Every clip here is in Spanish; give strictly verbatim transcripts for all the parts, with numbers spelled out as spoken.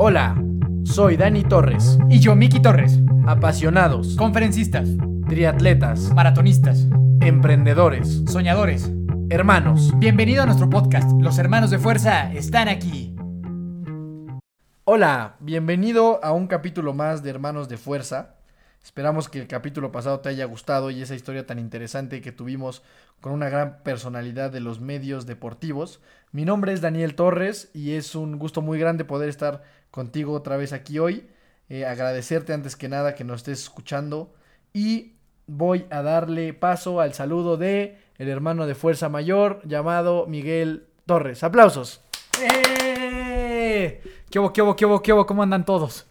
Hola, soy Dani Torres. Y yo, Miki Torres. Apasionados, Conferencistas, triatletas, maratonistas, emprendedores, soñadores. hermanos. Bienvenido a nuestro podcast. Los hermanos de fuerza están aquí. Hola, bienvenido a un capítulo más de Hermanos de Fuerza. Esperamos que el capítulo pasado te haya gustado y esa historia tan interesante que tuvimos con una gran personalidad de los medios deportivos. Mi nombre es Daniel Torres y es un gusto muy grande poder estar contigo otra vez aquí hoy. Eh, agradecerte antes que nada que nos estés escuchando y voy a darle paso al saludo de el hermano de Fuerza Mayor llamado Miguel Torres. ¡Aplausos! ¡Eh! ¿Qué hubo, qué hubo, qué hubo, qué hubo? ¿Cómo andan todos?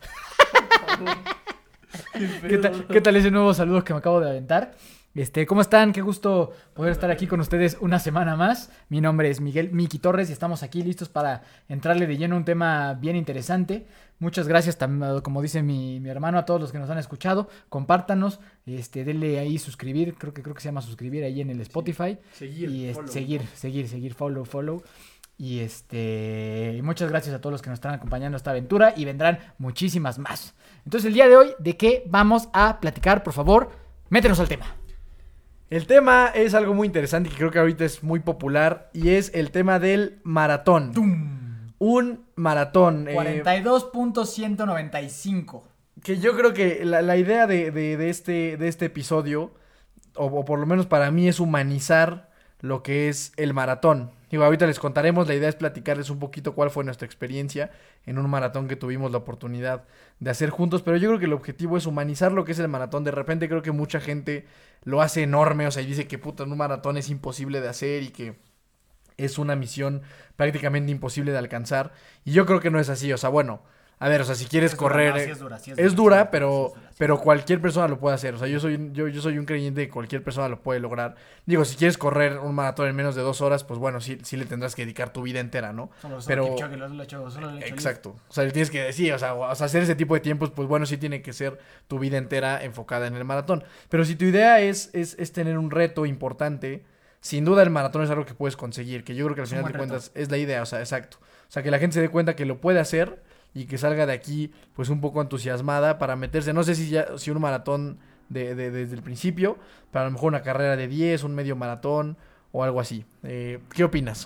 ¿Qué tal, ¿Qué tal ese nuevo saludo que me acabo de aventar? Este, ¿cómo están? Qué gusto poder estar aquí con ustedes una semana más. Mi nombre es Miguel Miki Torres y estamos aquí listos para entrarle de lleno a un tema bien interesante. Muchas gracias, como dice mi, mi hermano, a todos los que nos han escuchado. Compártanos, este, denle ahí suscribir, creo que creo que se llama suscribir ahí en el Spotify. Sí, seguir, y es, follow, seguir, ¿no? seguir, seguir, follow, follow. Y este y muchas gracias a todos los que nos están acompañando a esta aventura y vendrán muchísimas más. Entonces el día de hoy, ¿de qué vamos a platicar? Por favor, métenos al tema. El tema es algo muy interesante que creo que ahorita es muy popular y es el tema del maratón. ¡Tum! Un maratón. eh, cuarenta y dos punto ciento noventa y cinco. que yo creo que la, la idea de, de, de, este, de este episodio, o, o por lo menos para mí, es humanizar lo que es el maratón. Digo, ahorita les contaremos, la idea es platicarles un poquito cuál fue nuestra experiencia en un maratón que tuvimos la oportunidad de hacer juntos, pero yo creo que el objetivo es humanizar lo que es el maratón. De repente creo que mucha gente lo hace enorme, o sea, y dice que puta, en un maratón es imposible de hacer y que es una misión prácticamente imposible de alcanzar, y yo creo que no es así. O sea, bueno, a ver, o sea, si quieres Es dura, correr, no, sí eh, es dura, sí es es dura, dura, sí, pero, sí es dura, sí. pero cualquier persona lo puede hacer. O sea, yo soy, yo, yo soy un creyente de que cualquier persona lo puede lograr. Digo, si quieres correr un maratón en menos de dos horas, pues bueno, sí, sí le tendrás que dedicar tu vida entera, ¿no? Solo, solo Pero- Kipchoge lo- lo hecho- solo lo he hecho Exacto. O sea, le tienes que decir, o sea, o sea, hacer ese tipo de tiempos, pues bueno, sí tiene que ser tu vida entera enfocada en el maratón. Pero si tu idea es, es, es tener un reto importante, sin duda el maratón es algo que puedes conseguir, que yo creo que al Es un final de buen reto. cuentas es la idea, o sea, exacto. O sea, que la gente se dé cuenta que lo puede hacer y que salga de aquí, pues un poco entusiasmada para meterse, no sé si ya, si un maratón de, de- desde el principio, pero a lo mejor una carrera de diez, un medio maratón o algo así. Eh, ¿qué opinas?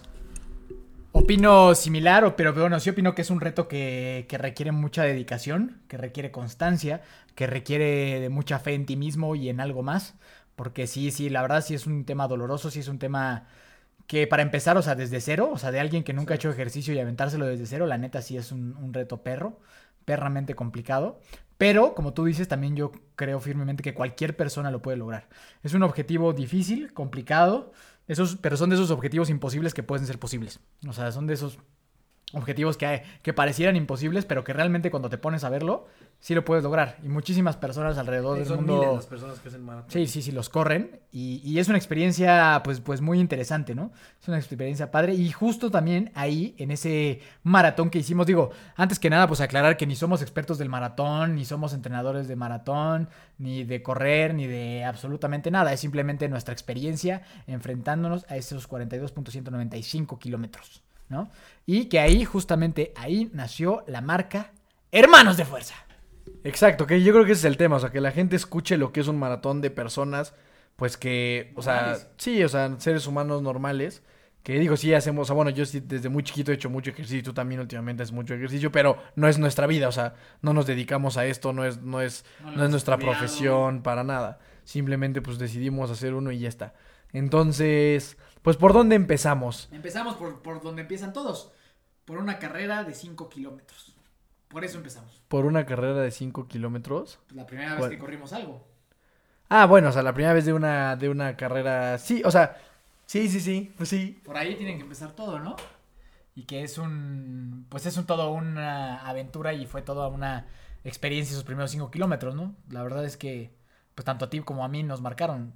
Opino similar, o- pero bueno, sí opino que es un reto que, que requiere mucha dedicación, que requiere constancia, que requiere de mucha fe en ti mismo y en algo más. Porque sí, sí, la verdad sí es un tema doloroso, sí es un tema que para empezar, o sea, desde cero, o sea, de alguien que nunca ha hecho ejercicio y aventárselo desde cero, la neta sí es un, un reto perro, perramente complicado. Pero, como tú dices, también yo creo firmemente que cualquier persona lo puede lograr. Es un objetivo difícil, complicado, esos, pero son de esos objetivos imposibles que pueden ser posibles. O sea, son de esos objetivos que, que parecieran imposibles, pero que realmente cuando te pones a verlo, sí lo puedes lograr. Y muchísimas personas alrededor del mundo... personas que hacen maratón. Sí, sí, sí, los corren. Y, y es una experiencia, pues, pues, muy interesante, ¿no? Es una experiencia padre. Y justo también ahí, en ese maratón que hicimos, digo, antes que nada, pues aclarar que ni somos expertos del maratón, ni somos entrenadores de maratón, ni de correr, ni de absolutamente nada. Es simplemente nuestra experiencia enfrentándonos a esos cuarenta y dos punto ciento noventa y cinco kilómetros, ¿no? Y que ahí, justamente ahí, nació la marca Hermanos de Fuerza. Exacto, que yo creo que ese es el tema, o sea, que la gente escuche lo que es un maratón de personas, pues que, o sea, Normales. sí, o sea, seres humanos normales, que digo, sí hacemos, o sea, bueno, yo sí desde muy chiquito he hecho mucho ejercicio, tú también últimamente haces mucho ejercicio, pero no es nuestra vida, o sea, no nos dedicamos a esto, no es, no es, No lo no es hemos nuestra estudiado. profesión, para nada, simplemente pues decidimos hacer uno y ya está. Entonces, pues, ¿por dónde empezamos? Empezamos por, por donde empiezan todos, por una carrera de cinco kilómetros. Por eso empezamos. ¿Por una carrera de cinco kilómetros? Pues la primera vez ¿Cuál? que corrimos algo. Ah, bueno, o sea, la primera vez de una, de una carrera, sí, o sea, sí, sí, sí, pues sí. Por ahí tienen que empezar todo, ¿no? Y que es un... Pues es un todo una aventura y fue toda una experiencia esos primeros cinco kilómetros, ¿no? La verdad es que, pues tanto a ti como a mí nos marcaron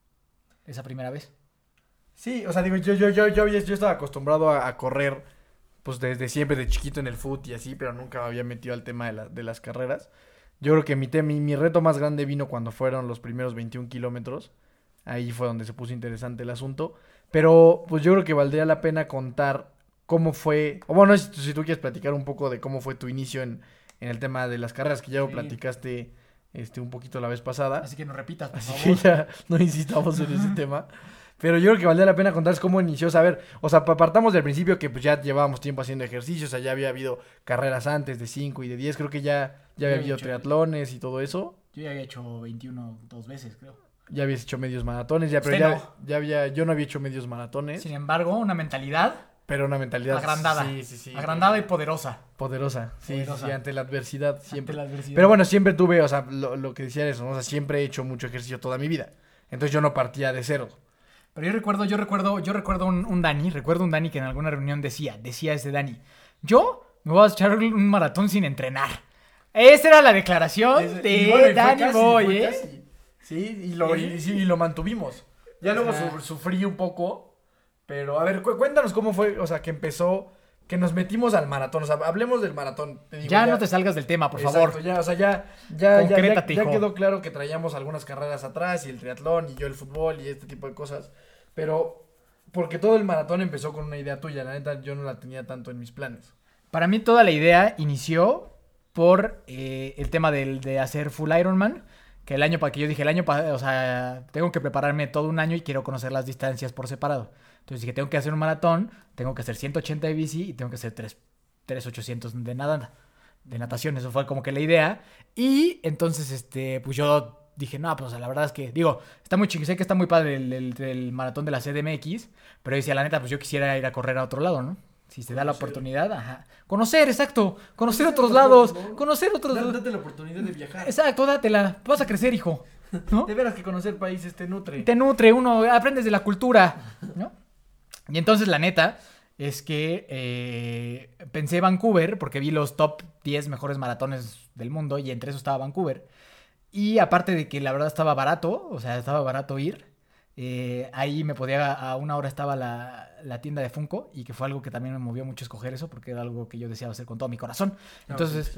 esa primera vez. Sí, o sea, digo, yo, yo, yo, yo, yo estaba acostumbrado a, a correr, pues desde siempre, de chiquito en el fut y así, pero nunca me había metido al tema de, la, de las carreras. Yo creo que mi, te- mi, mi reto más grande vino cuando fueron los primeros veintiún kilómetros. Ahí fue donde se puso interesante el asunto. Pero, pues yo creo que valdría la pena contar cómo fue, o bueno, si, si tú quieres platicar un poco de cómo fue tu inicio en, en el tema de las carreras, que ya lo Sí. platicaste este, un poquito la vez pasada. Así que no repitas, por Así favor. que ya no insistamos en ese tema. Pero yo creo que valdría la pena contarles cómo inició. O sea, a ver, o sea, pa- partamos del principio que pues ya llevábamos tiempo haciendo ejercicio. O sea, ya había habido carreras antes de cinco y de diez. Creo que ya, ya había Yo he habido hecho- triatlones y todo eso. Yo ya había hecho veintiuno dos veces, creo. Ya habías hecho medios maratones. Ya, pero Usted ya, no. ya había, yo no había hecho medios maratones. Sin embargo, una mentalidad Pero una mentalidad. agrandada. Sí, sí, sí. Agrandada y poderosa. Poderosa. Sí, sí, Poderosa. sí, ante la adversidad siempre. Ante la adversidad. Pero bueno, siempre tuve, o sea, lo, lo que decía eso, ¿no? O sea, siempre he hecho mucho ejercicio toda mi vida. Entonces yo no partía de cero. Pero yo recuerdo, yo recuerdo, yo recuerdo un, un Dani, recuerdo un Dani que en alguna reunión decía, decía ese Dani, yo me voy a echar un maratón sin entrenar. Esa era la declaración Ese- de y bueno, y fue Dani casi, Boy, fue ¿eh? casi. Sí, y lo, y, sí, y lo mantuvimos. Ya luego O sea- su- sufrí un poco, pero a ver, cu- cuéntanos cómo fue, o sea, que empezó, que nos metimos al maratón, o sea, hablemos del maratón. Te digo, Ya, no te salgas del tema, por Exacto, favor. ya, o sea, ya, ya, ya, ya, Concrétate, ya hijo. quedó claro que traíamos algunas carreras atrás y el triatlón y yo el fútbol y este tipo de cosas, pero porque todo el maratón empezó con una idea tuya, la neta yo no la tenía tanto en mis planes. Para mí toda la idea inició por eh, el tema del, de hacer full Ironman, que el año para que yo dije, el año pa- o sea, tengo que prepararme todo un año y quiero conocer las distancias por separado. Entonces dije, tengo que hacer un maratón, tengo que hacer ciento ochenta de bici y tengo que hacer tres mil ochocientos de nada, de natación. Eso fue como que la idea. Y entonces, este, pues yo dije, no, pues la verdad es que, digo, está muy chiquito, sé que está muy padre el, el- el maratón de la C D M X, pero decía, la neta, pues yo quisiera ir a correr a otro lado, ¿no? Si se da la Conocer. oportunidad, ajá. Conocer, exacto. Conocer Conocer otros otros lados. lados, ¿no? Conocer otros lados. Date la oportunidad de viajar. Exacto, dátela. Vas a crecer, hijo. ¿No? De veras que conocer países te nutre. Te nutre, uno aprendes de la cultura, ¿no? Y entonces la neta es que eh, pensé Vancouver porque vi los top diez mejores maratones del mundo y entre esos estaba Vancouver. Y aparte de que la verdad estaba barato, o sea, estaba barato ir, eh, ahí me podía, a una hora estaba la, la tienda de Funko y que fue algo que también me movió mucho escoger eso porque era algo que yo deseaba hacer con todo mi corazón. Entonces,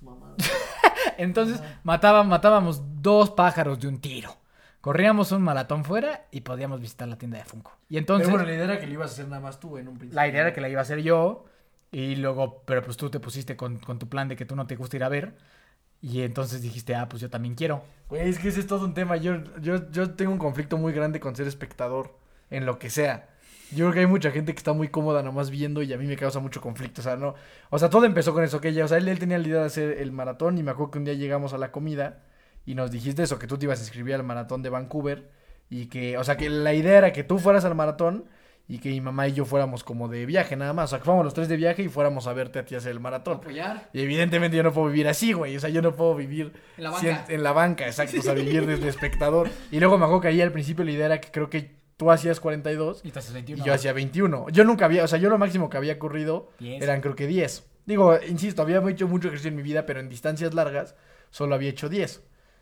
entonces mataba- matábamos dos pájaros de un tiro. Corríamos un maratón fuera y podíamos visitar la tienda de Funko. Y entonces, Pero bueno, la idea era que lo ibas a hacer nada más tú en un principio. la idea era que la iba a hacer yo. Y luego, pero pues tú te pusiste con, con tu plan de que tú no te gusta ir a ver. Y entonces dijiste, ah, pues yo también quiero. Güey, es que ese es todo un tema. Yo, yo, yo tengo un conflicto muy grande con ser espectador en lo que sea. Yo creo que hay mucha gente que está muy cómoda nomás viendo y a mí me causa mucho conflicto. O sea, no. O sea, todo empezó con eso, que ya, o sea, él, él tenía la idea de hacer el maratón y me acuerdo que un día llegamos a la comida y nos dijiste eso, que tú te ibas a inscribir al maratón de Vancouver y que, o sea, que la idea era que tú fueras al maratón y que mi mamá y yo fuéramos como de viaje nada más. O sea, que fuéramos los tres de viaje y fuéramos a verte a ti hacer el maratón. Apoyar Y evidentemente yo no puedo vivir así, güey. O sea, yo no puedo vivir en la cien- banca. en la banca, exacto. O sea, vivir desde espectador. Y luego me acuerdo que ahí al principio la idea era que creo que tú hacías cuarenta y dos Y tú haces y veintiuno. yo hacía veintiuno. Yo nunca había, o sea, yo lo máximo que había corrido diez. eran creo que diez. Digo, insisto, había hecho mucho ejercicio en mi vida, pero en distancias largas solo había hecho diez.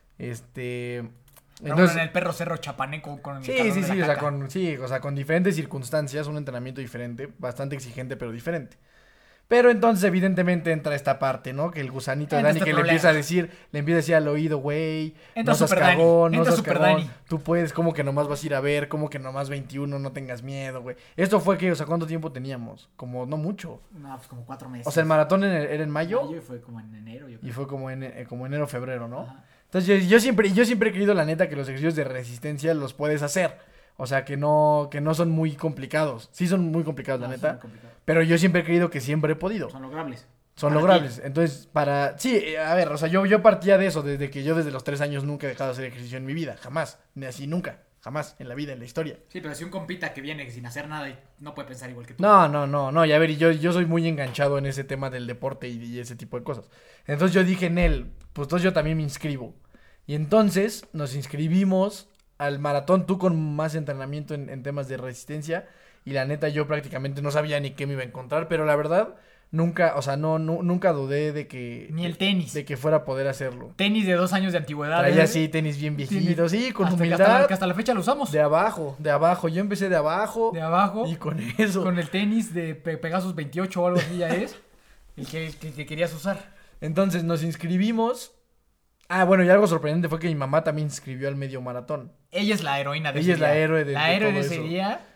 Este... Raúl Entonces, en el perro cerro chapaneco con el sí, calor sí, de sí, la o sea, caca. con, sí, o sea, con diferentes circunstancias, un entrenamiento diferente, bastante exigente, pero diferente. Pero entonces, evidentemente, entra esta parte, ¿no? Que el gusanito de Entra Dani este que problema. le empieza a decir, le empieza a decir al oído, güey, Entra no seas Super Dani, cagón, no entra seas Super cagón, Dani. tú puedes, como que nomás vas a ir a ver, como que nomás veintiuno, no tengas miedo, güey. Esto fue que, o sea, ¿cuánto tiempo teníamos? Como, no mucho. No, pues como cuatro meses. O sea, el maratón en- era en mayo Mayo fue como en enero, yo creo. y fue como en eh, como enero, febrero, ¿no? Ajá. Entonces yo, yo siempre, yo siempre he creído la neta que los ejercicios de resistencia los puedes hacer. O sea, que no, que no son muy complicados. Sí son muy complicados, la No, neta. son complicados. Pero yo siempre he creído que siempre he podido. Son logrables. Son para logrables. Entonces, para... Sí, eh, a ver, o sea, yo, yo partía de eso, desde que yo desde los tres años nunca he dejado de hacer ejercicio en mi vida. Jamás. Ni así, nunca. Jamás. En la vida, en la historia. Sí, pero si un compita que viene sin hacer nada y no puede pensar igual que tú. No, no, no, no. Y a ver, y yo, yo soy muy enganchado en ese tema del deporte y, y ese tipo de cosas. Entonces yo dije en él, pues entonces yo también me inscribo. Y entonces nos inscribimos al maratón, tú con más entrenamiento en, en temas de resistencia. Y la neta, yo prácticamente no sabía ni qué me iba a encontrar. Pero la verdad, nunca, o sea, no, nu- nunca dudé de que... Ni el tenis. De que fuera a poder hacerlo. Tenis de dos años de antigüedad. Traía ¿eh? así tenis bien viejitos, sí, con hasta que humildad. hasta, la, que hasta la fecha lo usamos. De abajo, de abajo. Yo empecé de abajo. De abajo. Y con eso. Con el tenis de Pe- Pegasus veintiocho o algo así ya es. El que, que, que querías usar. Entonces nos inscribimos. Ah, bueno, y algo sorprendente fue que mi mamá también inscribió al medio maratón. Ella es la heroína de Ella ese es día. la héroe de- La de héroe todo de ese eso. día.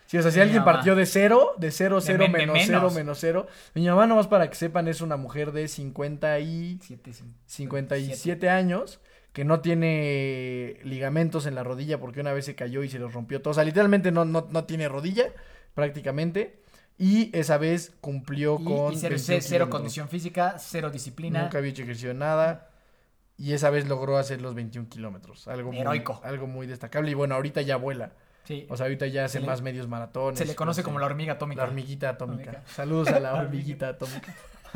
Sí, o sea, si Mi alguien mamá. partió de cero, de cero, cero, men- de menos cero, menos. menos cero. Mi mamá, nomás para que sepan, es una mujer de cincuenta y Siete, cin- cincuenta y siete. siete años, que no tiene ligamentos en la rodilla porque una vez se cayó y se los rompió todo. O sea, literalmente no, no, no tiene rodilla, prácticamente. Y esa vez cumplió Y, con y cero, veintiún cero kilómetros. condición física, cero disciplina. Nunca había hecho ejercicio de nada. Y esa vez logró hacer los veintiún kilómetros. Algo muy, Heroico. algo muy destacable. Y bueno, ahorita ya vuela. Sí. O sea, ahorita ya hace Se le- más medios maratones. Se le conoce cosas como así. la hormiga atómica. La hormiguita atómica. Atómica. Saludos a la hormiguita atómica.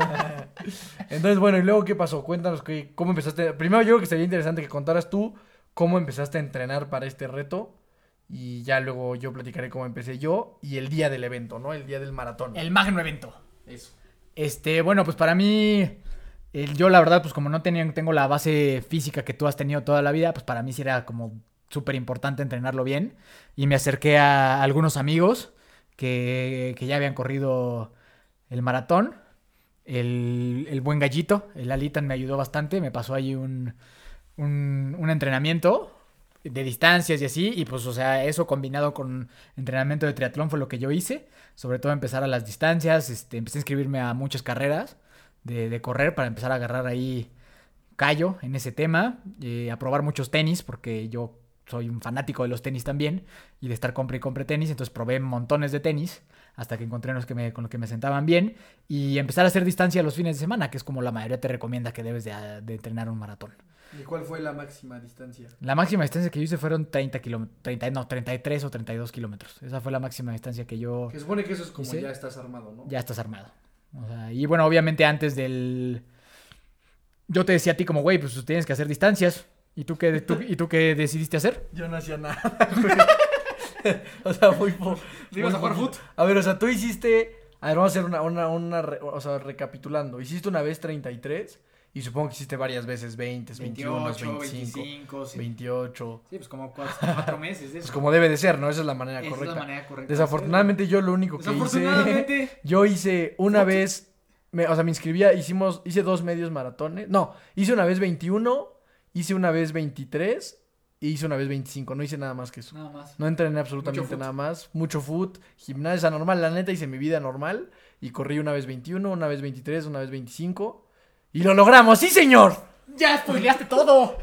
Entonces, bueno, ¿y luego qué pasó? Cuéntanos que, cómo empezaste. Primero, yo creo que sería interesante que contaras tú cómo empezaste a entrenar para este reto. Y ya luego yo platicaré cómo empecé yo y el día del evento, ¿no? El día del maratón. El magno evento. Eso. Este, bueno, pues para mí, el- yo la verdad, pues como no tenía, tengo la base física que tú has tenido toda la vida, pues para mí sí era como súper importante entrenarlo bien. Y me acerqué a algunos amigos que, que ya habían corrido el maratón. El, el buen gallito, el Alitan me ayudó bastante, me pasó ahí un, un, un entrenamiento de distancias y así, y pues, o sea, eso combinado con entrenamiento de triatlón fue lo que yo hice, sobre todo empezar a las distancias, este, empecé a inscribirme a muchas carreras de, de correr para empezar a agarrar ahí callo en ese tema, eh, a probar muchos tenis, porque yo soy un fanático de los tenis también, y de estar compre y compre tenis, entonces probé montones de tenis, hasta que encontré unos que me, con los que me sentaban bien, y empezar a hacer distancia los fines de semana, que es como la mayoría te recomienda que debes de, de entrenar un maratón. ¿Y cuál fue la máxima distancia? La máxima distancia que yo hice fueron treinta kilómetros, treinta, no, treinta y tres o treinta y dos kilómetros. Esa fue la máxima distancia que yo... Que supone que eso es como ¿Sí? ya estás armado, ¿no? Ya estás armado. O sea, y bueno, obviamente antes del... Yo te decía a ti como, güey, pues tú tienes que hacer distancias. ¿Y tú qué, tú, ¿y tú qué decidiste hacer? Yo no hacía nada, güey. O sea, muy poco. ¿Te ibas a jugar fut? A ver, o sea, tú hiciste. A ver, vamos a hacer una, una, una re- o sea, recapitulando. Hiciste una vez treinta y tres y supongo que hiciste varias veces veinte, veintiuno, veinticinco, veintiocho. Sí, pues como cuatro, cuatro meses. Pues como debe de ser, ¿no? Esa es la manera correcta. correcta. Desafortunadamente yo lo único que hice. Desafortunadamente. Yo hice una Fut. vez. Me, o sea, me inscribía, hicimos, hice dos medios maratones. No, hice una vez veintiuno, hice una vez veintitrés y hice una vez veinticinco. No hice nada más que eso. Nada más. No entrené absolutamente Mucho foot. nada más. Mucho foot, gimnasia normal. La neta hice mi vida normal. Y corrí una vez veintiuno, una vez veintitrés, una vez veinticinco. ¡Y lo logramos! ¡Sí, señor! ¡Ya spoileaste todo!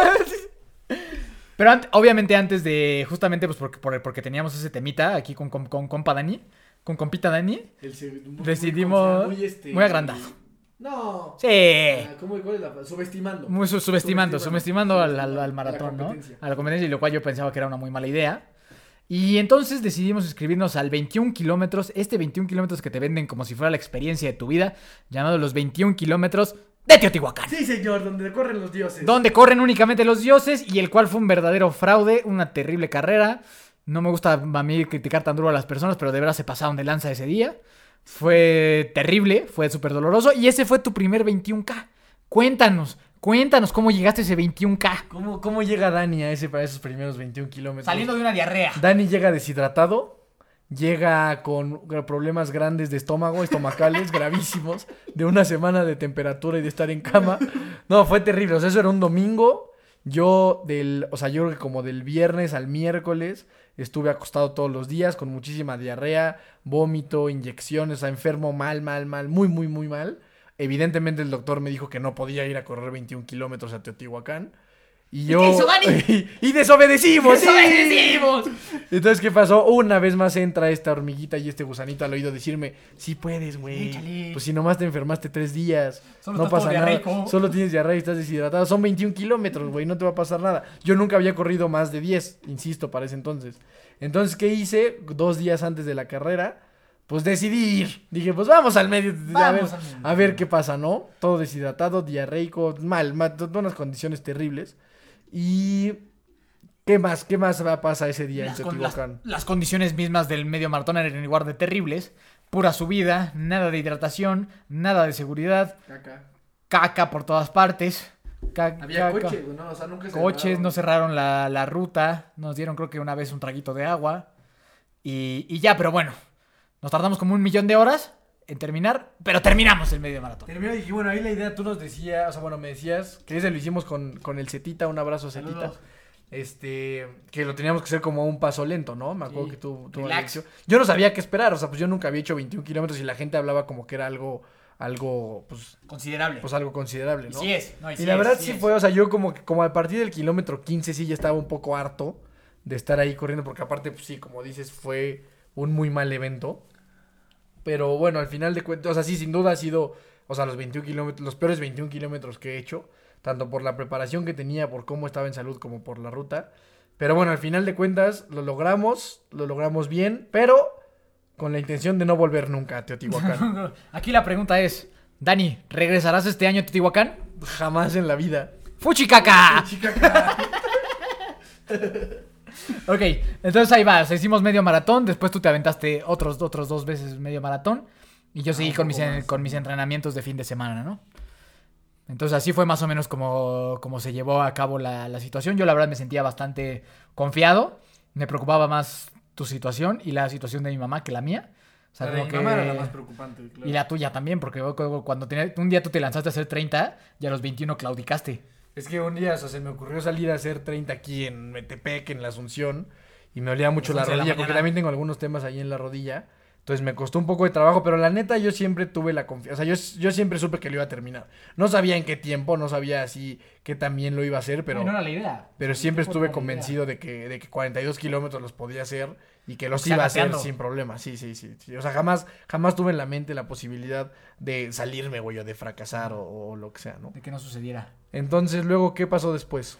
Pero ant- obviamente antes de... Justamente pues porque, por- porque teníamos ese temita aquí con, con, con compa Dani. Con compita Dani. Decidimos- muy agrandado. No. Sí. Ah, ¿Cómo, cuál es la- Subestimando. Muy su- subestimando, subestimando al, al- al A la maratón, ¿no? competencia. A la competencia, y lo cual yo pensaba que era una muy mala idea. Y entonces decidimos inscribirnos al veintiún kilómetros, este veintiún kilómetros que te venden como si fuera la experiencia de tu vida, llamado los veintiún kilómetros de Teotihuacán. Sí, señor, donde corren los dioses. Donde corren únicamente los dioses y el cual fue un verdadero fraude, una terrible carrera. No me gusta a mí criticar tan duro a las personas, pero de verdad se pasaron de lanza ese día. Fue terrible, fue súper doloroso. Y ese fue tu primer veintiún K. Cuéntanos, cuéntanos cómo llegaste a ese veintiún K. ¿Cómo, cómo llega Dani a ese para esos primeros veintiún kilómetros? Saliendo de una diarrea. Dani llega deshidratado, llega con problemas grandes de estómago, estomacales, gravísimos, de una semana de temperatura y de estar en cama. No, fue terrible. O sea, eso era un domingo. Yo del, o sea, yo creo que como del viernes al miércoles estuve acostado todos los días con muchísima diarrea, vómito, inyecciones, o sea, enfermo mal, mal, mal, muy, muy, muy mal. Evidentemente el doctor me dijo que no podía ir a correr veintiún kilómetros a Teotihuacán. Y yo... qué hizo Dani? y, y desobedecimos, sí. ¡Desobedecimos! Entonces, ¿qué pasó? Una vez más entra esta hormiguita y este gusanito al oído decirme, sí puedes, güey. Échale. Pues si nomás te enfermaste tres días, Solo no estás todo pasa nada. diarreico. Solo tienes diarrea y estás deshidratado. Son veintiún kilómetros, güey, no te va a pasar nada. Yo nunca había corrido más de diez, insisto, para ese entonces. Entonces, ¿qué hice? Dos días antes de la carrera, pues decidí ir. Dije, pues vamos al medio, a ver, Vamos al medio. a ver qué pasa, ¿no? Todo deshidratado, diarreico, mal, mal, unas condiciones terribles. Y... ¿Qué más? ¿Qué más va- pasa ese día Las, en con- las, Teotihuacán? las condiciones mismas del medio maratón eran igual de terribles. Pura subida, nada de hidratación, nada de seguridad, Caca. caca por todas partes. ca- Había caca. coches, ¿no? O sea, nunca se Coches, cerraron. no cerraron la, la ruta. Nos dieron creo que una vez un traguito de agua. Y, y ya, pero bueno. Nos tardamos como un millón de horas en terminar, pero terminamos el medio maratón. Terminó y dije, bueno, ahí la idea tú nos decías, o sea, bueno, me decías que ese lo hicimos con, con el Cetita, un abrazo Cetita. Saludos. Este, que lo teníamos que hacer como un paso lento, ¿no? Me acuerdo Sí. que tú, tú Relax. habías dicho- Yo no sabía qué esperar, o sea, pues yo nunca había hecho veintiún kilómetros y la gente hablaba como que era algo, algo, pues, Considerable. pues algo considerable, Y ¿no? sí es. No, y Y sí la es, verdad sí sí es. fue, o sea, yo como que, como a partir del kilómetro quince sí ya estaba un poco harto de estar ahí corriendo, porque aparte, pues sí, como dices, fue un muy mal evento. Pero bueno, al final de cuentas, o sea, sí, sin duda ha sido, o sea, los veintiún kilómetros, los peores veintiún kilómetros que he hecho, tanto por la preparación que tenía, por cómo estaba en salud, como por la ruta. Pero bueno, al final de cuentas, lo logramos, lo logramos bien, pero con la intención de no volver nunca a Teotihuacán. Aquí la pregunta es, Dani, ¿regresarás este año a Teotihuacán? Jamás en la vida. ¡Fuchicaca! Chica, Ok, entonces ahí vas, hicimos medio maratón, después tú te aventaste otros, otros dos veces medio maratón y yo seguí un con mis, poco en- más. con mis entrenamientos de fin de semana, ¿no? Entonces así fue más o menos como, como se llevó a cabo la, la situación. Yo la verdad me sentía bastante confiado, me preocupaba más tu situación y la situación de mi mamá que la mía. O sea, La de como mi que... mamá era la más preocupante, claro. Y la tuya también, porque cu- cuando tenía- un día tú te lanzaste a hacer treinta y a los veintiuno claudicaste. Es que un día, o sea, se me ocurrió salir a hacer treinta aquí en Metepec, en la Asunción, y me olía mucho Las la once de la rodilla, porque mañana. también tengo algunos temas ahí en la rodilla. Entonces me costó un poco de trabajo, pero la neta yo siempre tuve la confianza, o sea, yo, yo siempre supe que lo iba a terminar. No sabía en qué tiempo, no sabía así que también lo iba a hacer, pero, Ay, no era la idea. pero O sea, siempre el tiempo estuve no era la convencido de que, de que cuarenta y dos kilómetros los podía hacer y que los O sea, iba a hacer gateando. sin problema. Sí, sí, sí, sí. O sea, jamás, jamás tuve en la mente la posibilidad de salirme, güey, o de fracasar o, o lo que sea, ¿no? idea de que no sucediera. Entonces, luego, ¿qué pasó después?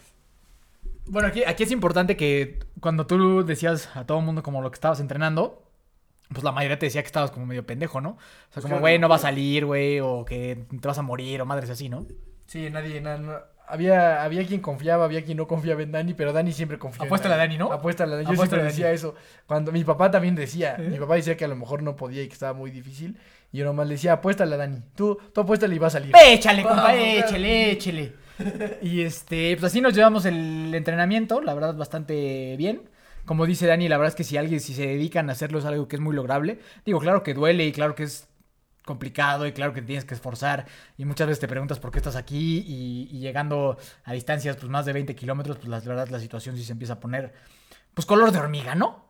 Bueno, aquí, aquí es importante que cuando tú decías a todo el mundo como lo que estabas entrenando, pues la mayoría te decía que estabas como medio pendejo, ¿no? O sea, Pues como, claro, güey, no va a claro. salir, güey, o que te vas a morir, o madres así, ¿no? Sí, nadie, na- no- había, había quien confiaba, había quien no confiaba en Dani, pero Dani siempre confió Apuéstale en a Dani, ¿no? Apuéstale a Dani. Yo Apuéstale siempre a decía Dani. eso. Cuando mi papá también decía, ¿Eh? mi papá decía que a lo mejor no podía y que estaba muy difícil, y yo nomás le decía, apuéstale a Dani. Tú, tú apuéstale y va a salir. Échale, compa, Vamos, échale, échale. Y este, pues así nos llevamos el entrenamiento, la verdad, bastante bien. Como dice Dani, la verdad es que si alguien, si se dedican a hacerlo es algo que es muy lograble. Digo, claro que duele y claro que es complicado y claro que te tienes que esforzar y muchas veces te preguntas por qué estás aquí y, y llegando a distancias pues más de veinte kilómetros, pues la verdad la situación sí se empieza a poner pues color de hormiga, ¿no?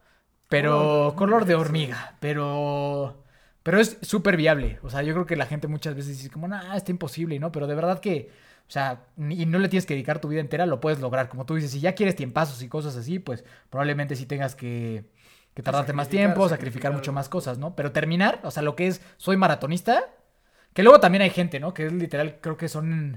Pero color de hormiga, pero pero es súper viable, o sea, yo creo que la gente muchas veces dice como, nah, está imposible, ¿no? Pero de verdad que, o sea, ni- y no le tienes que dedicar tu vida entera, lo puedes lograr, como tú dices, si ya quieres tiempazos y cosas así, pues probablemente sí tengas que que tardarte más sacrificar, tiempo, sacrificar sacrificar. mucho más cosas, ¿no? Pero terminar, o sea, lo que es, soy maratonista, que luego también hay gente, ¿no? Que es literal, creo que son,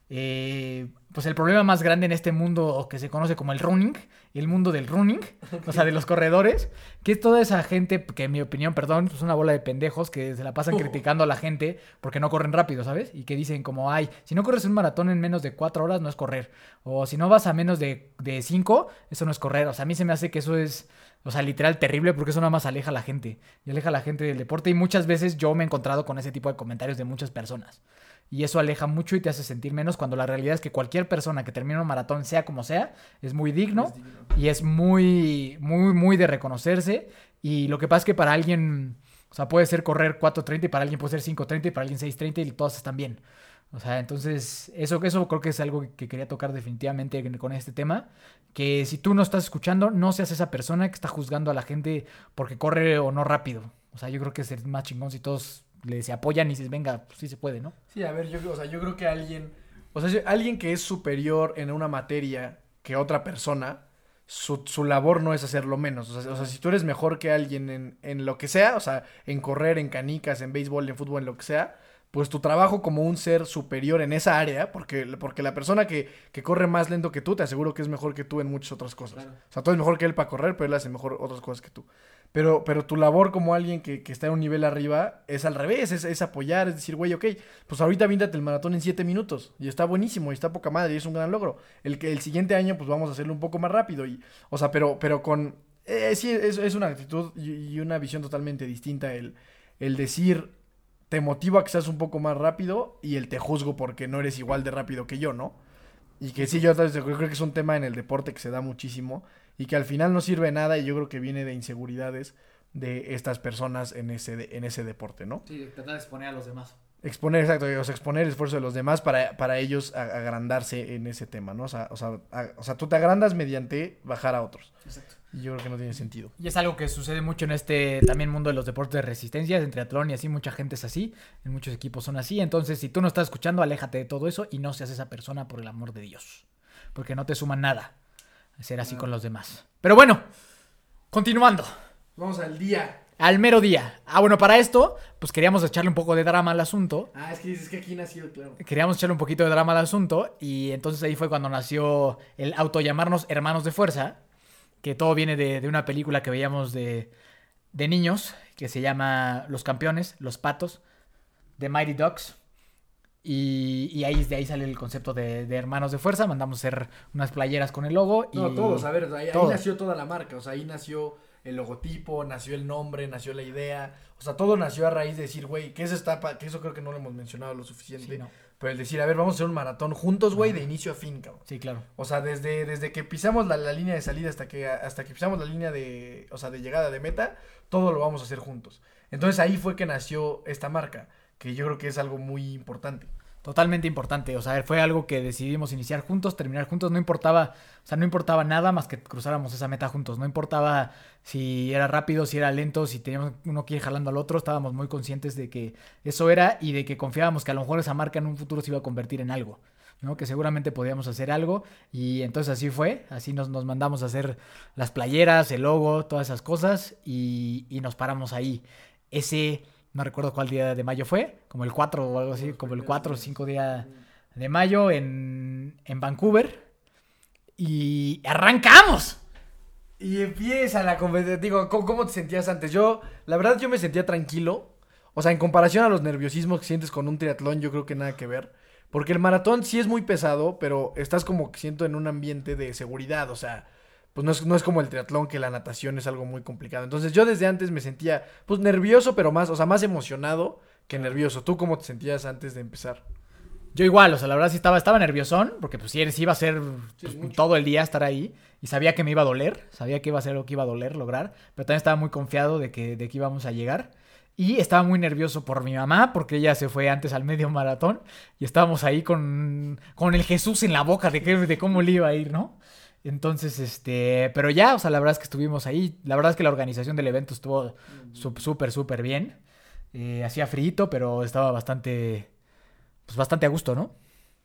eh, pues el problema más grande en este mundo que se conoce como el running, el mundo del running, o sea, de los corredores, que es toda esa gente, que en mi opinión, perdón, es una bola de pendejos que se la pasan Uh. criticando a la gente porque no corren rápido, ¿sabes? Y que dicen como, ay, si no corres un maratón en menos de cuatro horas, no es correr. O si no vas a menos de, de cinco, eso no es correr. O sea, a mí se me hace que eso es... O sea, literal terrible porque eso nada más aleja a la gente. Y aleja a la gente del deporte. Y muchas veces yo me he encontrado con ese tipo de comentarios de muchas personas. Y eso aleja mucho y te hace sentir menos cuando la realidad es que cualquier persona que termine un maratón, sea como sea, es muy digno. Es digno. Y es muy, muy, muy de reconocerse. Y lo que pasa es que para alguien, o sea, puede ser correr cuatro treinta y para alguien puede ser cinco treinta y para alguien seis treinta y todas están bien. O sea, entonces, eso, eso creo que es algo que quería tocar definitivamente con este tema. Que si tú no estás escuchando, no seas esa persona que está juzgando a la gente porque corre o no rápido. O sea, yo creo que es más chingón si todos le se apoyan y dices, venga, pues sí se puede, ¿no? Sí, a ver, yo, o sea, yo creo que alguien, o sea, si alguien que es superior en una materia que otra persona, su, su labor no es hacerlo menos. O sea, o sea, si tú eres mejor que alguien en, en lo que sea, o sea, en correr, en canicas, en béisbol, en fútbol, en lo que sea, pues tu trabajo como un ser superior en esa área, porque, porque la persona que, que corre más lento que tú, te aseguro que es mejor que tú en muchas otras cosas. Claro. O sea, tú eres mejor que él para correr, pero él hace mejor otras cosas que tú. Pero, pero tu labor como alguien que, que está en un nivel arriba es al revés, es, es apoyar, es decir, güey, ok, pues ahorita víntate el maratón en siete minutos y está buenísimo y está poca madre y es un gran logro. El, que el siguiente año pues vamos a hacerlo un poco más rápido y, o sea, pero, pero con, eh, sí, es, es una actitud y, y una visión totalmente distinta el, el decir, te motiva a que seas un poco más rápido y el te juzgo porque no eres igual de rápido que yo, ¿no? Y que sí, yo, yo creo que es un tema en el deporte que se da muchísimo y que al final no sirve de nada y yo creo que viene de inseguridades de estas personas en ese, de- en ese deporte, ¿no? Sí, tratar de exponer a los demás. Exponer, exacto, o sea, exponer el esfuerzo de los demás para, para ellos a- agrandarse en ese tema, ¿no? O sea, o sea, a- o sea, tú te agrandas mediante bajar a otros. Exacto. Y yo creo que no tiene sentido. Y es algo que sucede mucho en este también mundo de los deportes de resistencia, en triatlón y así, mucha gente es así, en muchos equipos son así, entonces si tú no estás escuchando, aléjate de todo eso y no seas esa persona por el amor de Dios, porque no te suma nada ser así con los demás. Pero bueno, continuando. Vamos al día. Al mero día. Ah, bueno, para esto, pues queríamos echarle un poco de drama al asunto. Ah, es que dices que aquí nació, claro. Queríamos echarle un poquito de drama al asunto y entonces ahí fue cuando nació el autollamarnos Hermanos de Fuerza, que todo viene de, de una película que veíamos de, de niños, que se llama Los Campeones, Los Patos, The Mighty Ducks. Y, y ahí, de ahí sale el concepto de, de Hermanos de Fuerza. Mandamos hacer unas playeras con el logo. Y No, todos, a ver, ahí, ahí todo. nació toda la marca, o sea, ahí nació el logotipo, nació el nombre, nació la idea, o sea, todo nació a raíz de decir, güey, que eso está, pa- que eso creo que no lo hemos mencionado lo suficiente, Sí, no. pero el decir, a ver, vamos a hacer un maratón juntos, güey, de inicio a fin, cabrón. Sí, claro. O sea, desde, desde que pisamos la, la línea de salida hasta que, hasta que pisamos la línea de, o sea, de llegada de meta, todo lo vamos a hacer juntos. Entonces ahí fue que nació esta marca, que yo creo que es algo muy importante. Totalmente importante, o sea, fue algo que decidimos iniciar juntos, terminar juntos, no importaba, o sea, no importaba nada más que cruzáramos esa meta juntos, no importaba si era rápido, si era lento, si teníamos uno que ir jalando al otro, estábamos muy conscientes de que eso era y de que confiábamos que a lo mejor esa marca en un futuro se iba a convertir en algo, ¿no? Que seguramente podíamos hacer algo y entonces así fue, así nos, nos mandamos a hacer las playeras, el logo, todas esas cosas y, y nos paramos ahí. Ese... No recuerdo cuál día de mayo fue, como el cuatro o algo así, como el cuatro o cinco día de mayo en, en Vancouver. Y arrancamos. Y empieza la competencia. Digo, ¿cómo, ¿cómo te sentías antes? Yo, la verdad, yo me sentía tranquilo. O sea, en comparación a los nerviosismos que sientes con un triatlón, yo creo que nada que ver. Porque el maratón sí es muy pesado, pero estás como que siento en un ambiente de seguridad. O sea, pues no es, no es como el triatlón, que la natación es algo muy complicado. Entonces yo desde antes me sentía, pues nervioso, pero más, o sea, más emocionado que nervioso. ¿Tú cómo te sentías antes de empezar? Yo igual, o sea, la verdad sí estaba, estaba nerviosón, porque pues sí, sí iba a ser Sí, pues, mucho. todo el día estar ahí. Y sabía que me iba a doler, sabía que iba a ser lo que iba a doler lograr. Pero también estaba muy confiado de que, de que íbamos a llegar. Y estaba muy nervioso por mi mamá, porque ella se fue antes al medio maratón. Y estábamos ahí con, con el Jesús en la boca de, que, de cómo le iba a ir, ¿no? Entonces, este, pero ya, o sea, la verdad es que estuvimos ahí. La verdad es que la organización del evento estuvo su- súper, súper bien. Eh, hacía frío, pero estaba bastante, pues bastante a gusto, ¿no?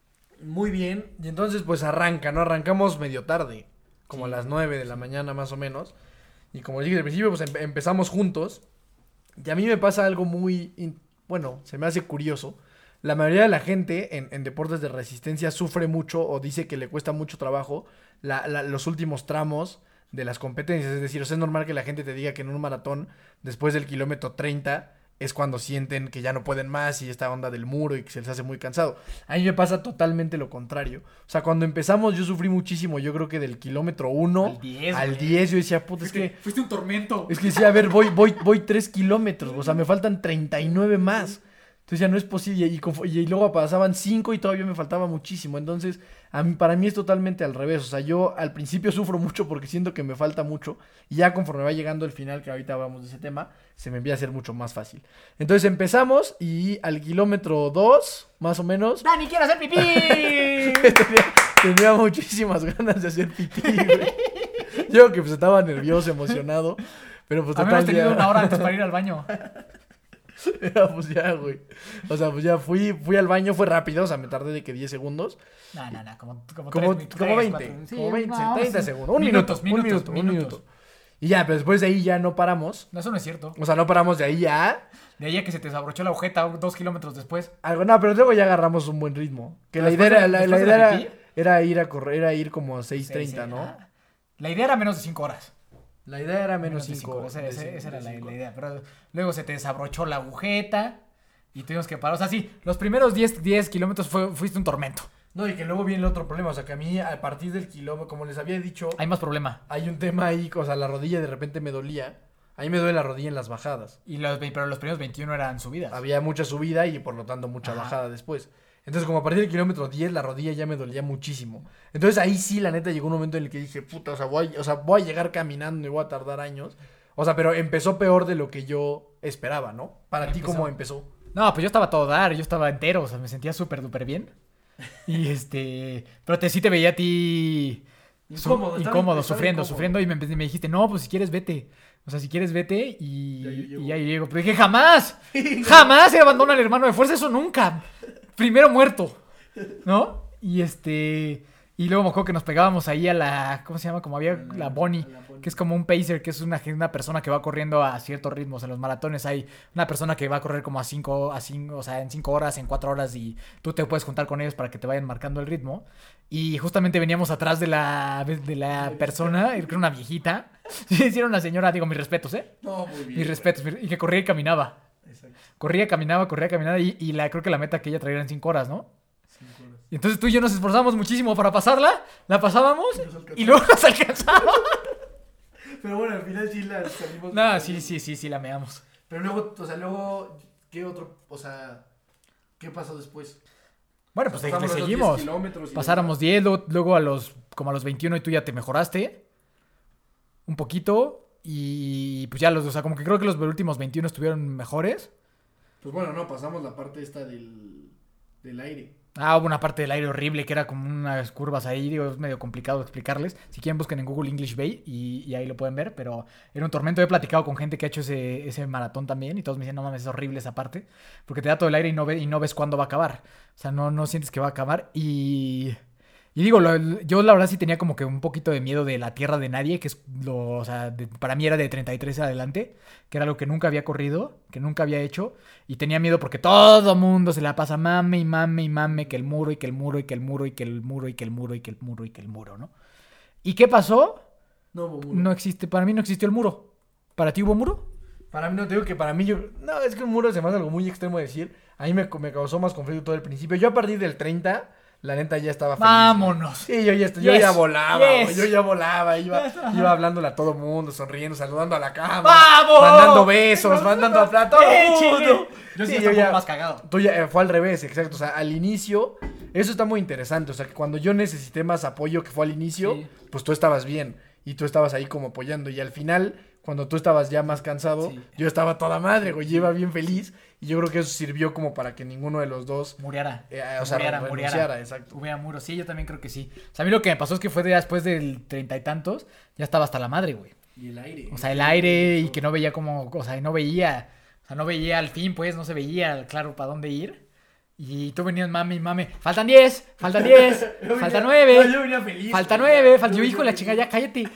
Muy bien. Y entonces pues arranca, ¿no? Arrancamos medio tarde, como Sí. a las nueve de la mañana más o menos. Y como dije al principio, pues em- empezamos juntos. Y a mí me pasa algo muy, in- bueno, se me hace curioso. La mayoría de la gente en, en deportes de resistencia sufre mucho o dice que le cuesta mucho trabajo la- la- los últimos tramos de las competencias. Es decir, o sea, es normal que la gente te diga que en un maratón, después del kilómetro treinta, es cuando sienten que ya no pueden más y esta onda del muro y que se les hace muy cansado. A mí me pasa totalmente lo contrario. O sea, cuando empezamos yo sufrí muchísimo. Yo creo que del kilómetro uno Al diez, al güey. diez yo decía, puta, es que... Fuiste un tormento. Es que decía, a ver, voy, voy, voy tres kilómetros, o sea, me faltan treinta y nueve más. Entonces ya no es posible. Y, confo- y luego pasaban cinco y todavía me faltaba muchísimo. Entonces, a mí, para mí es totalmente al revés. O sea, yo al principio sufro mucho porque siento que me falta mucho. Y ya conforme va llegando el final, que ahorita hablamos de ese tema, se me empieza a hacer mucho más fácil. Entonces empezamos y al kilómetro dos, más o menos, ¡Dani, quiero hacer pipí! tenía, tenía muchísimas ganas de hacer pipí, güey. Yo que pues estaba nervioso, emocionado. Pero pues Habíamos total tenido ya... una hora antes para ir al baño. Era, pues ya, güey. O sea, pues ya fui, fui al baño, fue rápido, o sea, me tardé de que diez segundos. No, no, no, como, como, Como, tres, como tres, veinte, cuatro. Sí, como veinte, no, treinta sí. segundos. Un Minutos, minuto, minutos, un minuto, un minutos. minuto. Y ya, pero después de ahí ya no paramos. No, eso no es cierto. O sea, no paramos de ahí ya. De ahí a que se te desabrochó la agujeta dos kilómetros después. Algo, no, pero luego ya agarramos un buen ritmo. Que la idea Después era, de- la, la después de idea la era, pipí. era ir a correr, era ir como a seis treinta, Sí, sí, ¿no? ah. La idea era menos de cinco horas. La idea era menos de cinco. horas. Esa, de esa- cinco, esa era de la, cinco. la idea. Pero luego se te desabrochó la agujeta y tuvimos que parar. O sea, sí, los primeros diez, diez kilómetros fue, fuiste un tormento. No, y que luego viene el otro problema. O sea, que a mí, a partir del kilómetro, como les había dicho, Hay más problema. hay un tema ahí, o sea, la rodilla de repente me dolía. A mí me duele la rodilla en las bajadas. Y los, ve- pero los primeros veintiuno eran subidas. Había mucha subida y por lo tanto mucha Ajá. bajada después. Entonces, como a partir del kilómetro diez, la rodilla ya me dolía muchísimo. Entonces ahí sí, la neta, llegó un momento en el que dije, puta, o sea, voy, o sea, voy a llegar caminando y voy a tardar años. O sea, pero empezó peor de lo que yo esperaba, ¿no? Para ti, Empezó. ¿cómo empezó? No, pues yo estaba a todo dar, yo estaba entero, o sea, me sentía súper, duper bien. Y este... Pero te, sí te veía a ti... Incómodo, su- estaba- incómodo, estaba sufriendo, incómodo. sufriendo. Y me, empe- me dijiste, no, pues si quieres, vete. O sea, si quieres, vete y Ya yo llego. y ya yo llego. Pero dije, jamás, jamás se abandona al hermano de fuerza, eso nunca. Primero muerto, ¿no? Y este... Y luego me acuerdo que nos pegábamos ahí a la... ¿Cómo se llama? Como había A la- la Bonnie, a la Bonnie. que es como un pacer, que es una, una persona que va corriendo a ciertos ritmos. En los maratones hay una persona que va a correr como a cinco, a cinco, o sea, en cinco horas, en cuatro horas, y tú te puedes juntar con ellos para que te vayan marcando el ritmo. Y justamente veníamos atrás de la, de la persona, que era una viejita. Sí, era una señora, digo, mis respetos, ¿eh? No, muy bien. Mis respetos, mi- y que corría y caminaba. Exacto. Corría, caminaba, corría, caminaba, y, y la, creo que la meta que ella traía eran cinco horas, ¿no? Cinco horas. Y entonces tú y yo nos esforzamos muchísimo para pasarla, la pasábamos Y nos alcanzamos. y luego nos alcanzamos. Pero bueno, al final sí la salimos. No, sí, sí, sí, sí, la meamos. Pero luego, o sea, luego, ¿qué otro? O sea, ¿qué pasó después? Bueno, pues le, le Pasamos los diez seguimos. kilómetros y Pasáramos diez, luego, luego a los, como a los veintiuno y tú ya te mejoraste un poquito. Y pues ya los, o sea, como que creo que los últimos veintiuno estuvieron mejores. Pues bueno, no, pasamos la parte esta del, del aire. Ah, hubo una parte del aire horrible que era como unas curvas ahí, digo, es medio complicado explicarles. Si quieren busquen en Google English Bay y, y ahí lo pueden ver, pero era un tormento. He platicado con gente que ha hecho ese, ese maratón también y todos me dicen, no mames, es horrible esa parte, porque te da todo el aire y no, ve, y no ves cuándo va a acabar. O sea, no, no sientes que va a acabar y... Y digo, lo- yo la verdad sí tenía como que un poquito de miedo de la tierra de nadie, que es lo, o sea, de- para mí era de treinta y tres en adelante, que era lo que nunca había corrido, que nunca había hecho, y tenía miedo porque todo mundo se la pasa mame y mame y mame, que el muro y que el muro y que el muro y que el muro y que el muro y que el muro y que el muro, ¿no? ¿Y qué pasó? No hubo muro. No existe, para mí no existió el muro. ¿Para ti hubo muro? Para mí no te digo que para mí yo... No, es que un muro se me hace algo muy extremo de decir. A mí me, me causó más conflicto todo el principio. Yo a partir del treinta, la neta ya estaba feliz. Vámonos. Sí, yo ya, est- yo Yes, ya volaba, yes. güey, yo ya volaba, iba, iba hablándole a todo mundo, sonriendo, saludando a la cámara. ¡Vamos! Mandando besos, mandando a a todo ¡Eh, mundo. Chile! Yo sí, Sí, estaba yo un ya- poco más cagado. Tú ya, eh, fue al revés, exacto. O sea, al inicio, eso está muy interesante. O sea, que cuando yo necesité más apoyo, que fue al inicio, Sí. pues tú estabas bien. Y tú estabas ahí como apoyando. Y al final, cuando tú estabas ya más cansado, Sí. yo estaba toda madre, güey. Yo iba bien feliz. Y yo creo que eso sirvió como para que ninguno de los dos, Muriara. eh, o sea, Muriara, re- muriara. renunciara, exacto. Hubiera muro, sí, yo también creo que sí. O sea, a mí lo que me pasó es que fue de después del treinta y tantos, ya estaba hasta la madre, güey. Y el aire. O sea, el aire y que no veía como, o sea, no veía, o sea, no veía al fin, pues, no se veía claro para dónde ir. Y tú venías, mami, y mami, faltan diez, faltan diez, Yo falta venía- nueve, no, yo venía feliz. falta güey. nueve, falta... Yo, venía hijo de la feliz. chingada, ya cállate.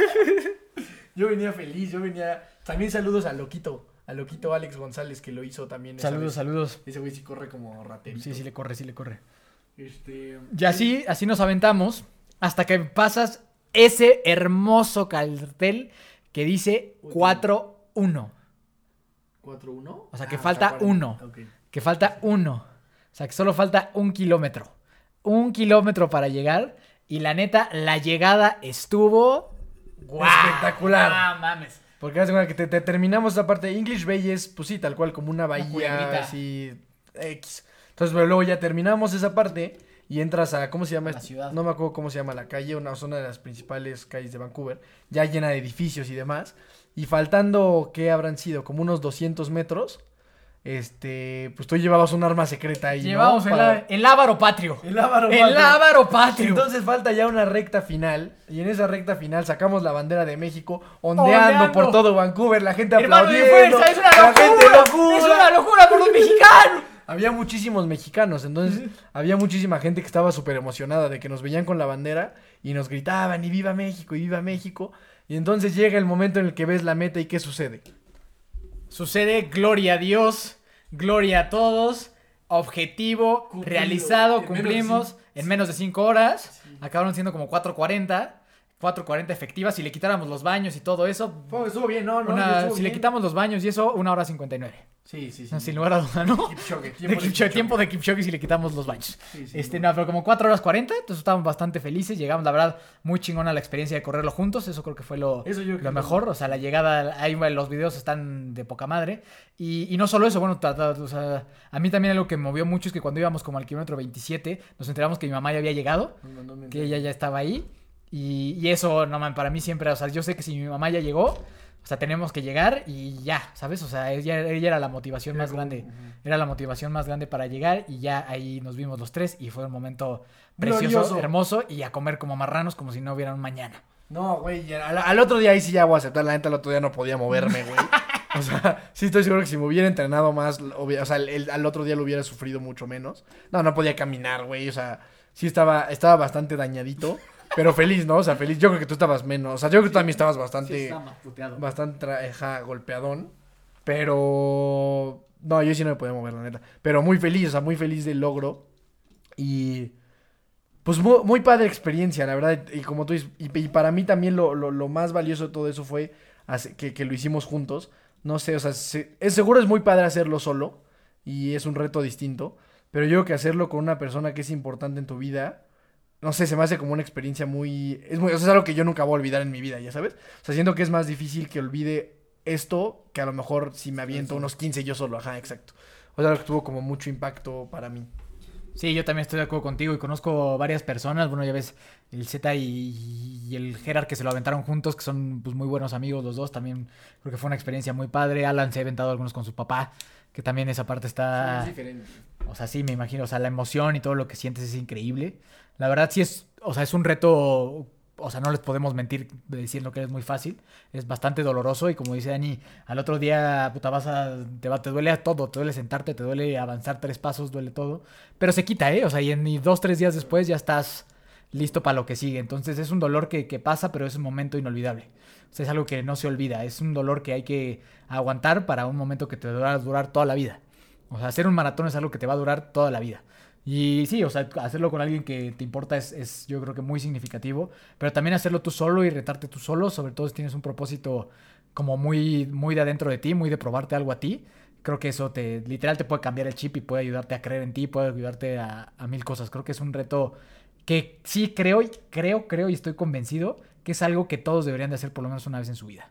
Yo venía feliz, yo venía... También saludos a Loquito, a Loquito Alex González, que lo hizo también esa Saludos, vez. saludos. Ese güey sí corre como ratero. Sí, sí le corre, sí le corre. Este... Y así, así nos aventamos hasta que pasas ese hermoso cartel que dice cuatro uno. ¿cuatro uno? O sea, que falta uno. Ok. Que falta uno. O sea, que solo falta un kilómetro. Un kilómetro para llegar. Y la neta, la llegada estuvo... ¡guau! Espectacular. ¡Ah, mames! Porque haz de cuenta que te, te terminamos esa parte. English Bay es, pues sí, tal cual, como una bahía culebrita. así X. Entonces, pero luego ya terminamos esa parte y entras a, ¿cómo se llama? A la este? ciudad. No me acuerdo cómo se llama la calle, una zona de las principales calles de Vancouver, ya llena de edificios y demás. Y faltando, ¿qué habrán sido? Como unos doscientos metros. Este, pues tú llevabas un arma secreta ahí, ¿no? Llevamos el, Para- el ávaro patrio. el Ávaro El Patrio. ávaro patrio. Entonces falta ya una recta final. Y en esa recta final sacamos la bandera de México ondeando, Ondeando. por todo Vancouver. La gente Hermano de aplaudiendo. fuerza, es una la gente locura. locura. Es una locura por los mexicanos. Había muchísimos mexicanos. Entonces había muchísima gente que estaba súper emocionada de que nos veían con la bandera y nos gritaban y viva México y viva México. Y entonces llega el momento en el que ves la meta y ¿qué sucede? Sucede, gloria a Dios, gloria a todos, objetivo Cumplido. realizado, En menos de cumplimos cinco- en menos de cinco horas, acabaron siendo como cuatro cuarenta, cuatro cuarenta efectivas, si le quitáramos los baños y todo eso, Fue- estuvo bien, no, no. una- estuvo si le bien. quitamos los baños y eso, una hora cincuenta y nueve, Sí, sí, sí. no, sin lugar a duda, ¿no? Kipchoge, De tiempo de Kipchoge, Kipchoge. tiempo de Kipchoge si le quitamos los baños. Sí, sí, este, no. no, pero como cuatro horas cuarenta, entonces estábamos bastante felices, llegamos, la verdad, muy chingona la experiencia de correrlo juntos, eso creo que fue lo, Eso yo creo lo que mejor, fue- o sea, la llegada, ahí los videos están de poca madre, y, y no solo eso, bueno, ta- ta- o sea, a mí también algo que me movió mucho es que cuando íbamos como al kilómetro veintisiete, nos enteramos que mi mamá ya había llegado, No, no me que ella ya estaba ahí, y, y eso, no man, para mí siempre, o sea, yo sé que si mi mamá ya llegó, O sea, tenemos que llegar y ya, ¿sabes? O sea, ella, ella era la motivación Era más como, grande. uh-huh. Era la motivación más grande para llegar y ya ahí nos vimos los tres y fue un momento precioso, Glorioso. hermoso y a comer como marranos como si no hubiera un mañana. No, güey, al, al otro día ahí sí ya voy a aceptar, la neta, al otro día no podía moverme, güey. O sea, sí estoy seguro que si me hubiera entrenado más, o sea, el, el, al otro día lo hubiera sufrido mucho menos. No, no podía caminar, güey, o sea, sí estaba, estaba bastante dañadito, pero feliz, ¿no? O sea, feliz. Yo creo que tú estabas menos, o sea, yo creo que tú también estabas bastante, Sí, estaba más puteado. bastante, tra- ja, golpeadón, pero... No, yo sí no me podía mover, la neta. Pero muy feliz, o sea, muy feliz del logro. Y... Pues muy, muy padre experiencia, la verdad. Y como tú dices, y, y para mí también lo, lo, lo más valioso de todo eso fue hace- que, que lo hicimos juntos. No sé, o sea, se- es seguro es muy padre hacerlo solo. Y es un reto distinto. Pero yo creo que hacerlo con una persona que es importante en tu vida, no sé, se me hace como una experiencia muy... Es muy, o sea, es algo que yo nunca voy a olvidar en mi vida, ¿ya sabes? O sea, siento que es más difícil que olvide esto que a lo mejor si me aviento unos quince yo solo. Ajá, exacto. O sea, algo que tuvo como mucho impacto para mí. Sí, yo también estoy de acuerdo contigo y conozco varias personas. Bueno, ya ves, el Z y, y el Gerard que se lo aventaron juntos, que son pues, muy buenos amigos los dos. También creo que fue una experiencia muy padre. Alan se ha aventado algunos con su papá, que también esa parte está... Sí, es diferente. O sea, sí, me imagino. O sea, la emoción y todo lo que sientes es increíble. La verdad sí es... O sea, es un reto... O sea, no les podemos mentir diciendo que es muy fácil. Es bastante doloroso y como dice Dani, al otro día, puta, vas a... Te, va, te duele a todo. Te duele sentarte, te duele avanzar tres pasos, duele todo. Pero se quita, ¿eh? O sea, y en y dos, tres días después ya estás listo para lo que sigue. Entonces es un dolor que, que pasa, pero es un momento inolvidable. O sea, es algo que no se olvida. Es un dolor que hay que aguantar para un momento que te va a durar toda la vida. O sea, hacer un maratón es algo que te va a durar toda la vida. Y sí, o sea, hacerlo con alguien que te importa es, es yo creo que muy significativo. Pero también hacerlo tú solo y retarte tú solo, sobre todo si tienes un propósito como muy, muy de adentro de ti, muy de probarte algo a ti. Creo que eso te, literal te puede cambiar el chip y puede ayudarte a creer en ti, puede ayudarte a, a mil cosas. Creo que es un reto que sí creo, y- creo, creo y estoy convencido que es algo que todos deberían de hacer por lo menos una vez en su vida.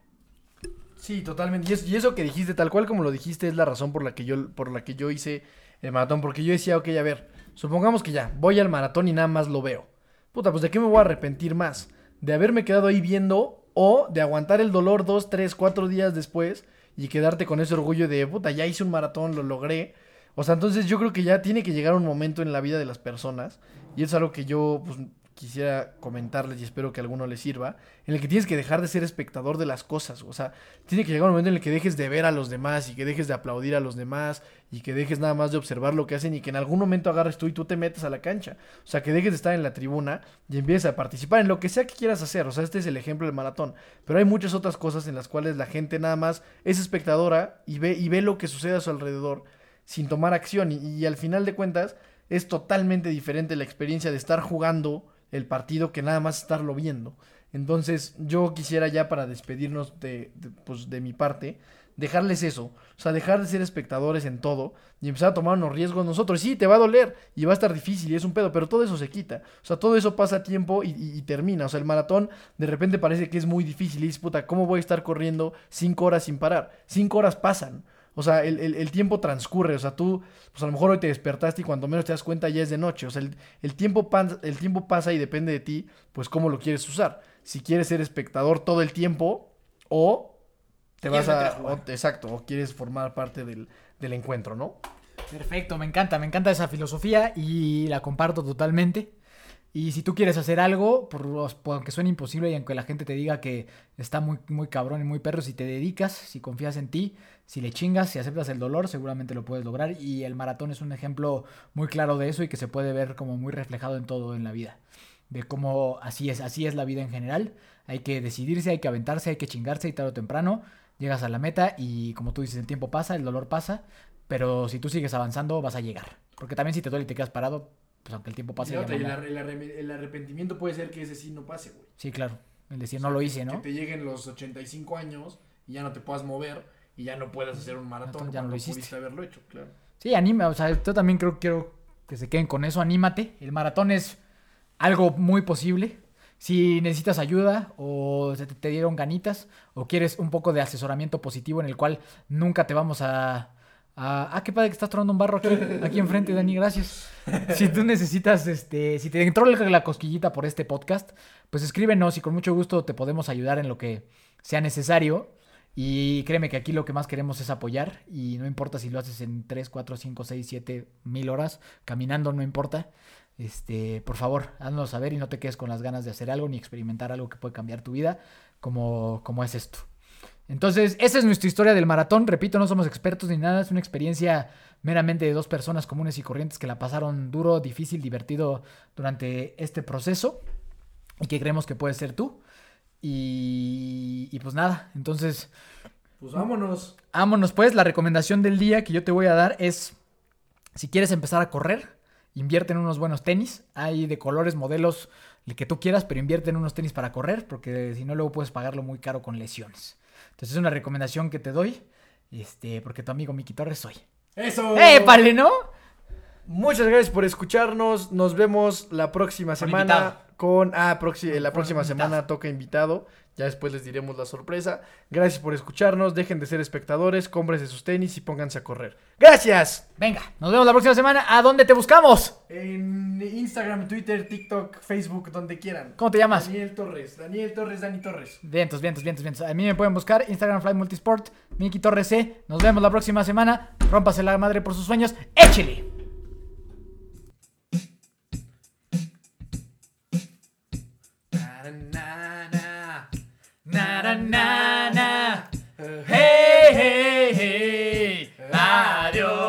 Sí, totalmente. Y eso, y eso que dijiste, tal cual como lo dijiste, es la razón por la que yo, por la que yo hice el maratón. Porque yo decía, ok, a ver, supongamos que ya, voy al maratón y nada más lo veo. Puta, pues ¿de qué me voy a arrepentir más? ¿De haberme quedado ahí viendo o de aguantar el dolor dos, tres, cuatro días después y quedarte con ese orgullo de, puta, ya hice un maratón, lo logré? O sea, entonces yo creo que ya tiene que llegar un momento en la vida de las personas, y es algo que yo, pues, quisiera comentarles y espero que a alguno les sirva, en el que tienes que dejar de ser espectador de las cosas. O sea, tiene que llegar un momento en el que dejes de ver a los demás y que dejes de aplaudir a los demás y que dejes nada más de observar lo que hacen y que en algún momento agarres tú y tú te metas a la cancha. O sea, que dejes de estar en la tribuna y empieces a participar en lo que sea que quieras hacer. O sea, este es el ejemplo del maratón. Pero hay muchas otras cosas en las cuales la gente nada más es espectadora y ve, y ve lo que sucede a su alrededor sin tomar acción. Y, y al final de cuentas es totalmente diferente la experiencia de estar jugando el partido que nada más estarlo viendo. Entonces yo quisiera ya para despedirnos de, de, pues, de mi parte, dejarles eso. O sea, dejar de ser espectadores en todo y empezar a tomar unos riesgos nosotros. Sí, te va a doler y va a estar difícil y es un pedo, pero todo eso se quita. O sea, todo eso pasa a tiempo y, y, y termina. O sea, el maratón de repente parece que es muy difícil y dices, puta, ¿cómo voy a estar corriendo cinco horas sin parar? Cinco horas pasan. O sea, el, el, el tiempo transcurre. O sea, tú, pues a lo mejor hoy te despertaste y cuando menos te das cuenta ya es de noche. O sea, el, el, tiempo, pan, el tiempo pasa y depende de ti, pues cómo lo quieres usar. Si quieres ser espectador todo el tiempo o te vas a... O, exacto, o quieres formar parte del, del encuentro, ¿no? Perfecto, me encanta, me encanta esa filosofía y la comparto totalmente. Y si tú quieres hacer algo, por, por- aunque suene imposible y aunque la gente te diga que está muy, muy cabrón y muy perro, si te dedicas, si confías en ti, si le chingas, si aceptas el dolor, seguramente lo puedes lograr. Y el maratón es un ejemplo muy claro de eso y que se puede ver como muy reflejado en todo en la vida. De cómo así es, así es la vida en general. Hay que decidirse, hay que aventarse, hay que chingarse y tarde o temprano llegas a la meta y como tú dices, el tiempo pasa, el dolor pasa, pero si tú sigues avanzando vas a llegar. Porque también si te duele y te quedas parado, pues aunque el tiempo pase, Y ya otra, y el, mamó. arre- el arre- el arrepentimiento puede ser que ese sí no pase, güey. Sí, claro. El decir, O no sea, lo que- hice, Que ¿no? te lleguen los ochenta y cinco años y ya no te puedas mover y ya no puedas hacer un maratón Maratón, ya no cuando lo hiciste. pudiste haberlo hecho, claro. Sí, anima, o sea, yo también creo quiero que se queden con eso, anímate. El maratón es algo muy posible. Si necesitas ayuda o se te, te dieron ganitas o quieres un poco de asesoramiento positivo en el cual nunca te vamos a... a- ah, qué padre que estás tronando un barro aquí, aquí enfrente, Dani, gracias. Si tú necesitas, este, si te entró la la cosquillita por este podcast, pues escríbenos y con mucho gusto te podemos ayudar en lo que sea necesario. Y créeme que aquí lo que más queremos es apoyar. Y no importa si lo haces en tres, cuatro, cinco, seis, siete mil horas. Caminando, no importa. Este, por favor, haznos saber y no te quedes con las ganas de hacer algo ni experimentar algo que puede cambiar tu vida como, como es esto. Entonces, esa es nuestra historia del maratón. Repito, no somos expertos ni nada. Es una experiencia meramente de dos personas comunes y corrientes que la pasaron duro, difícil, divertido durante este proceso. Y que creemos que puede ser tú. Y, y pues nada, entonces... Pues vámonos. Vámonos pues. La recomendación del día que yo te voy a dar es... Si quieres empezar a correr, invierte en unos buenos tenis. Hay de colores, modelos, el que tú quieras, pero invierte en unos tenis para correr. Porque si no, luego puedes pagarlo muy caro con lesiones. Entonces es una recomendación que te doy. Este, porque tu amigo Miki Torres soy. ¡Eso! ¡Eh, vale, ¿no? Muchas gracias por escucharnos. Nos vemos la próxima Con semana invitado. con... Ah, proxi- la Con próxima invitado. semana toca invitado. Ya después les diremos la sorpresa. Gracias por escucharnos. Dejen de ser espectadores. Cómprense sus tenis y pónganse a correr. ¡Gracias! Venga, nos vemos la próxima semana. ¿A dónde te buscamos? En Instagram, Twitter, TikTok, Facebook, donde quieran. ¿Cómo te llamas? Daniel Torres. Daniel Torres, Dani Torres. Vientos, vientos, vientos, vientos. A mí me pueden buscar Instagram Fly Multisport, Miki Torres C. Nos vemos la próxima semana. Rómpase la madre por sus sueños. ¡Échele! Na, na, na, na. Hey, hey, hey. Adiós.